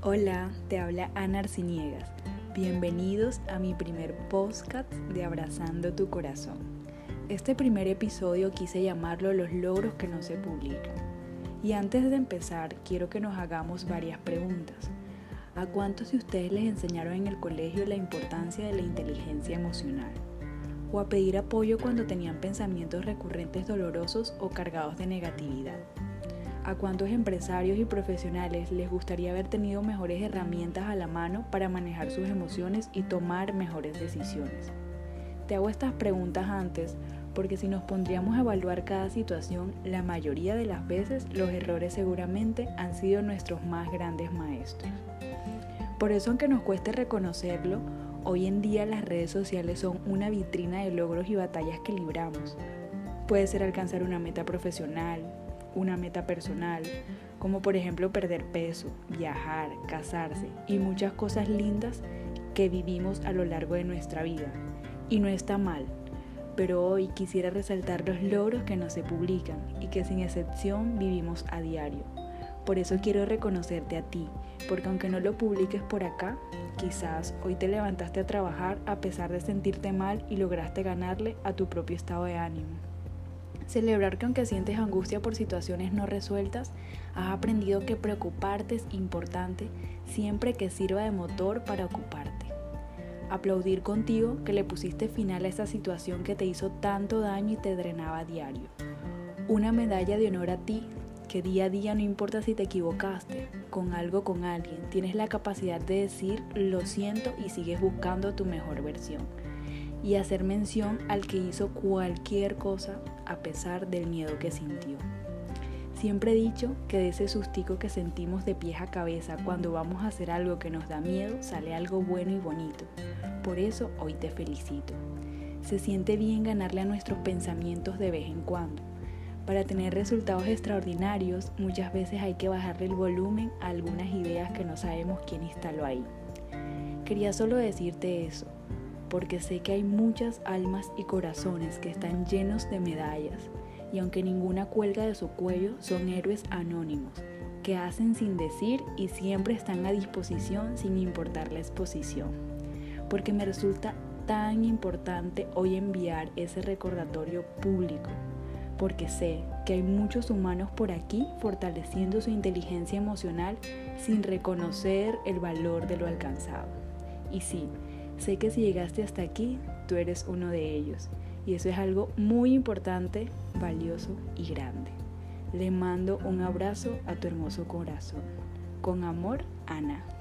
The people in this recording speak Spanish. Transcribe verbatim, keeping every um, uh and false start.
Hola, te habla Ana Arciniegas. Bienvenidos a mi primer podcast de Abrazando tu Corazón. Este primer episodio quise llamarlo Los logros que no se publican. Y antes de empezar, quiero que nos hagamos varias preguntas. ¿A cuántos de ustedes les enseñaron en el colegio la importancia de la inteligencia emocional? ¿O a pedir apoyo cuando tenían pensamientos recurrentes dolorosos o cargados de negatividad? ¿A cuántos empresarios y profesionales les gustaría haber tenido mejores herramientas a la mano para manejar sus emociones y tomar mejores decisiones? Te hago estas preguntas antes porque si nos pondríamos a evaluar cada situación, la mayoría de las veces los errores seguramente han sido nuestros más grandes maestros. Por eso, aunque nos cueste reconocerlo, hoy en día las redes sociales son una vitrina de logros y batallas que libramos. Puede ser alcanzar una meta profesional, una meta personal, como por ejemplo perder peso, viajar, casarse y muchas cosas lindas que vivimos a lo largo de nuestra vida. Y no está mal, pero hoy quisiera resaltar los logros que no se publican y que sin excepción vivimos a diario. Por eso quiero reconocerte a ti, porque aunque no lo publiques por acá, quizás hoy te levantaste a trabajar a pesar de sentirte mal y lograste ganarle a tu propio estado de ánimo. Celebrar que aunque sientes angustia por situaciones no resueltas, has aprendido que preocuparte es importante siempre que sirva de motor para ocuparte. Aplaudir contigo que le pusiste final a esa situación que te hizo tanto daño y te drenaba a diario. Una medalla de honor a ti, que día a día no importa si te equivocaste, con algo o con alguien, tienes la capacidad de decir lo siento y sigues buscando tu mejor versión. Y hacer mención al que hizo cualquier cosa a pesar del miedo que sintió. Siempre he dicho que de ese sustico que sentimos de pies a cabeza cuando vamos a hacer algo que nos da miedo, sale algo bueno y bonito. Por eso hoy te felicito. Se siente bien ganarle a nuestros pensamientos de vez en cuando. Para tener resultados extraordinarios, muchas veces hay que bajarle el volumen a algunas ideas que no sabemos quién instaló ahí. Quería solo decirte eso, porque sé que hay muchas almas y corazones que están llenos de medallas, y aunque ninguna cuelga de su cuello, son héroes anónimos, que hacen sin decir y siempre están a disposición sin importar la exposición. Porque me resulta tan importante hoy enviar ese recordatorio público, porque sé que hay muchos humanos por aquí fortaleciendo su inteligencia emocional sin reconocer el valor de lo alcanzado. Y sí, sé que si llegaste hasta aquí, tú eres uno de ellos. Y eso es algo muy importante, valioso y grande. Le mando un abrazo a tu hermoso corazón. Con amor, Ana.